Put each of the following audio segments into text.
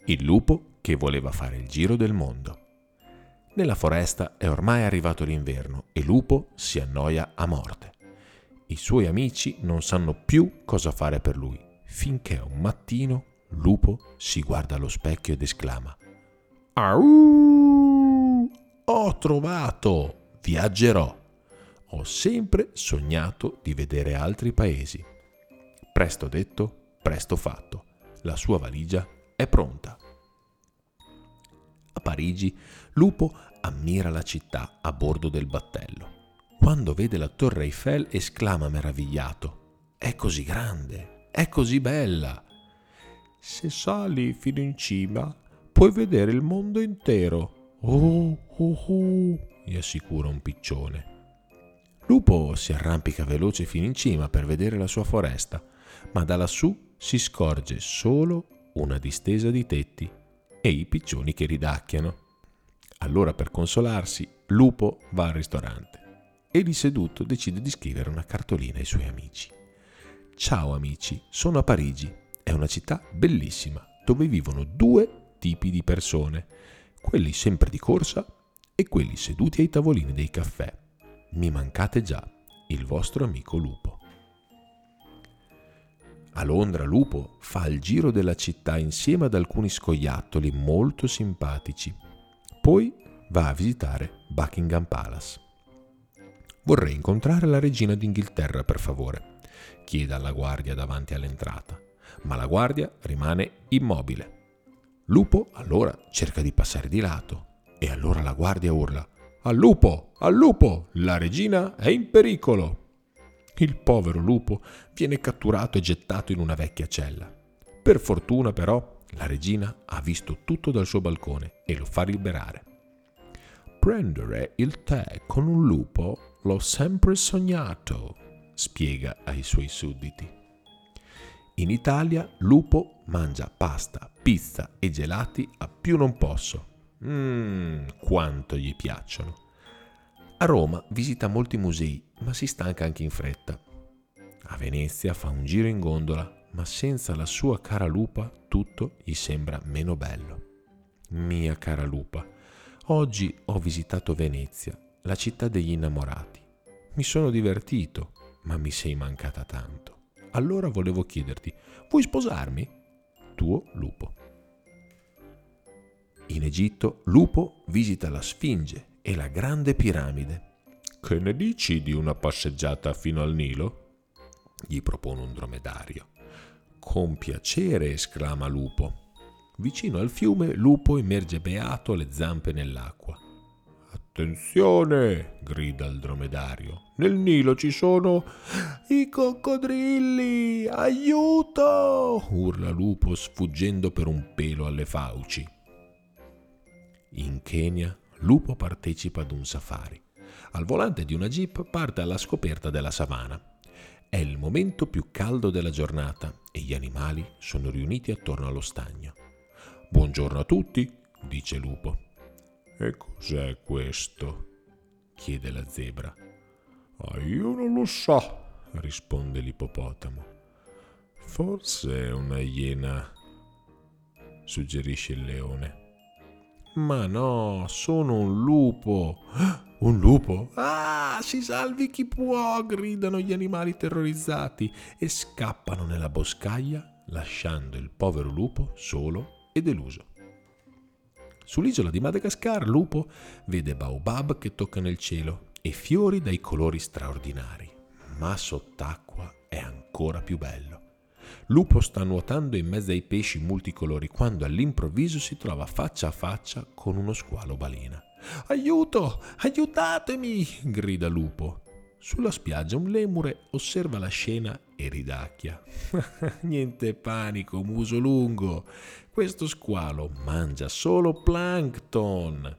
il lupo che voleva fare il giro del mondo. Nella foresta è ormai arrivato l'inverno e Lupo si annoia a morte. I suoi amici non sanno più cosa fare per lui, finché un mattino Lupo si guarda allo specchio ed esclama: «Au! Ho trovato! Viaggerò! Ho sempre sognato di vedere altri paesi». Presto detto, presto fatto. La sua valigia è pronta. A Parigi, Lupo ammira la città a bordo del battello. Quando vede la Torre Eiffel esclama meravigliato: «È così grande, è così bella!» «Se sali fino in cima, puoi vedere il mondo intero!» Gli assicura un piccione. Lupo si arrampica veloce fino in cima per vedere la sua foresta, ma da lassù si scorge solo una distesa di tetti e i piccioni che ridacchiano. Allora, per consolarsi, Lupo va al ristorante e lì seduto decide di scrivere una cartolina ai suoi amici. «Ciao amici, sono a Parigi. È una città bellissima dove vivono due tipi di persone, quelli sempre di corsa e quelli seduti ai tavolini dei caffè. Mi mancate già, il vostro amico Lupo». A Londra Lupo fa il giro della città insieme ad alcuni scoiattoli molto simpatici. Poi va a visitare Buckingham Palace. «Vorrei incontrare la regina d'Inghilterra, per favore», chiede alla guardia davanti all'entrata, ma la guardia rimane immobile. Lupo allora cerca di passare di lato e allora la guardia urla: «Al lupo! Al lupo! La regina è in pericolo!» Il povero lupo viene catturato e gettato in una vecchia cella. Per fortuna, però, la regina ha visto tutto dal suo balcone e lo fa liberare. «Prendere il tè con un lupo l'ho sempre sognato», spiega ai suoi sudditi. In Italia Lupo mangia pasta, pizza e gelati a più non posso. Quanto gli piacciono. A Roma visita molti musei, ma si stanca anche in fretta. A Venezia fa un giro in gondola, ma senza la sua cara lupa tutto gli sembra meno bello. «Mia cara lupa, oggi ho visitato Venezia, la città degli innamorati. Mi sono divertito, ma mi sei mancata tanto. Allora volevo chiederti, vuoi sposarmi? Tuo Lupo». In Egitto Lupo visita la Sfinge e la grande piramide. «Che ne dici di una passeggiata fino al Nilo?» gli propone un dromedario. «Con piacere», esclama Lupo. Vicino al fiume Lupo immerge beato le zampe nell'acqua. «Attenzione!» grida il dromedario. «Nel Nilo ci sono i coccodrilli! Aiuto!» urla Lupo sfuggendo per un pelo alle fauci. In Kenya Lupo partecipa ad un safari. Al volante di una jeep parte alla scoperta della savana. È il momento più caldo della giornata e gli animali sono riuniti attorno allo stagno. «Buongiorno a tutti», dice Lupo. «E cos'è questo?» chiede la zebra. «Io non lo so», risponde l'ippopotamo. «Forse è una iena», suggerisce il leone. «Ma no, sono un lupo!» «Un lupo? Ah, si salvi chi può!» gridano gli animali terrorizzati e scappano nella boscaglia, lasciando il povero lupo solo e deluso. Sull'isola di Madagascar Lupo vede baobab che toccano il cielo e fiori dai colori straordinari, ma sott'acqua è ancora più bello. Lupo sta nuotando in mezzo ai pesci multicolori quando all'improvviso si trova faccia a faccia con uno squalo balena. «Aiuto! Aiutatemi!» grida Lupo. Sulla spiaggia un lemure osserva la scena e ridacchia. «Niente panico, muso lungo. Questo squalo mangia solo plankton».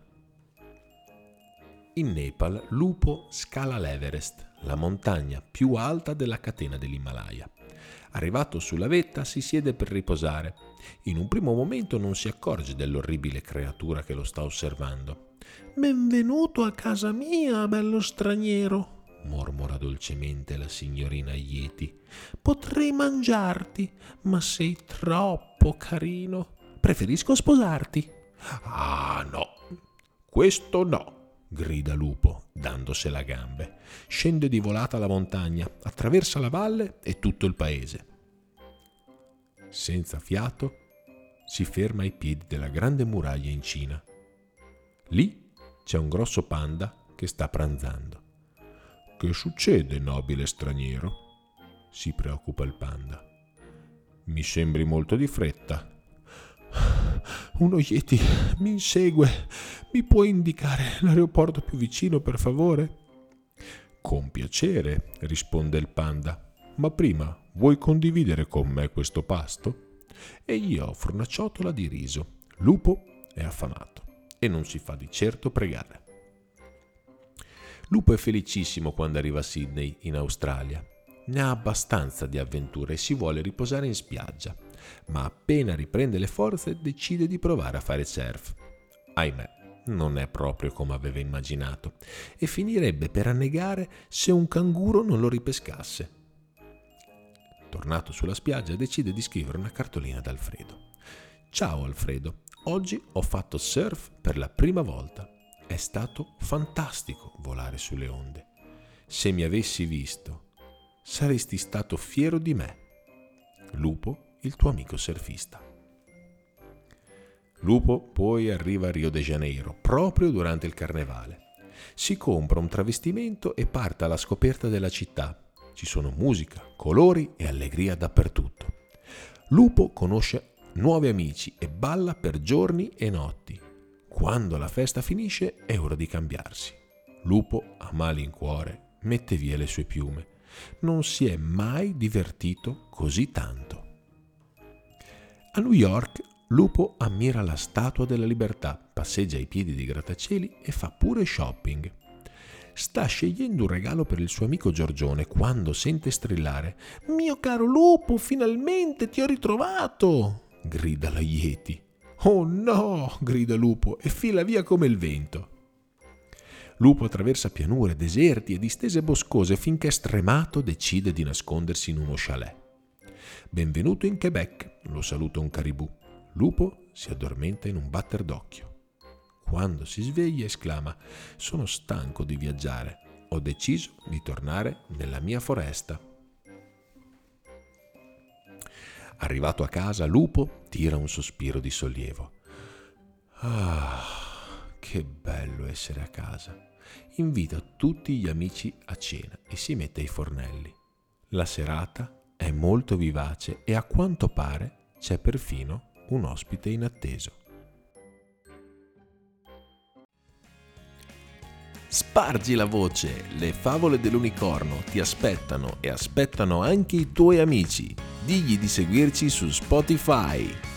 In Nepal Lupo scala l'Everest, la montagna più alta della catena dell'Himalaya. Arrivato sulla vetta si siede per riposare. In un primo momento non si accorge dell'orribile creatura che lo sta osservando. «Benvenuto a casa mia, bello straniero», mormora dolcemente la signorina Yeti. «Potrei mangiarti, ma sei troppo carino. preferisco sposarti. Ah, no, questo no, grida Lupo, dandosela a gambe. Scende di volata la montagna, attraversa la valle e tutto il paese. Senza fiato, si ferma ai piedi della grande muraglia in Cina. Lì c'è un grosso panda che sta pranzando. Che succede, nobile straniero? Si preoccupa il panda. Mi sembri molto di fretta. Uno Yeti mi insegue. Mi puoi indicare l'aeroporto più vicino, per favore? Con piacere, risponde il panda. Ma prima vuoi condividere con me questo pasto? E gli offro una ciotola di riso. Lupo è affamato e non si fa di certo pregare. Lupo è felicissimo quando arriva a Sydney, in Australia. Ne ha abbastanza di avventure e si vuole riposare in spiaggia, ma appena riprende le forze decide di provare a fare surf. Ahimè, non è proprio come aveva immaginato e finirebbe per annegare se un canguro non lo ripescasse. Tornato sulla spiaggia, decide di scrivere una cartolina ad Alfredo. Ciao Alfredo, oggi ho fatto surf per la prima volta. È stato fantastico volare sulle onde. Se mi avessi visto, saresti stato fiero di me. Lupo, il tuo amico surfista. Lupo poi arriva a Rio de Janeiro, proprio durante il carnevale. Si compra un travestimento e parte alla scoperta della città. Ci sono musica, colori e allegria dappertutto. Lupo conosce nuovi amici e balla per giorni e notti. Quando la festa finisce è ora di cambiarsi. Lupo, a malincuore, mette via le sue piume. Non si è mai divertito così tanto. A New York, Lupo ammira la Statua della Libertà, passeggia ai piedi dei grattacieli e fa pure shopping. Sta scegliendo un regalo per il suo amico Giorgione quando sente strillare: «Mio caro Lupo, finalmente ti ho ritrovato!» grida la Yeti. «Oh no!» grida Lupo e fila via come il vento. Lupo attraversa pianure, deserti e distese boscose finché stremato decide di nascondersi in uno chalet. «Benvenuto in Quebec», lo saluta un caribù. Lupo si addormenta in un batter d'occhio. Quando si sveglia esclama: «Sono stanco di viaggiare, ho deciso di tornare nella mia foresta». Arrivato a casa, Lupo tira un sospiro di sollievo. Ah, che bello essere a casa. Invita tutti gli amici a cena e si mette ai fornelli. La serata è molto vivace e a quanto pare c'è perfino un ospite inatteso. Spargi la voce, le favole dell'unicorno ti aspettano e aspettano anche i tuoi amici. Digli di seguirci su Spotify.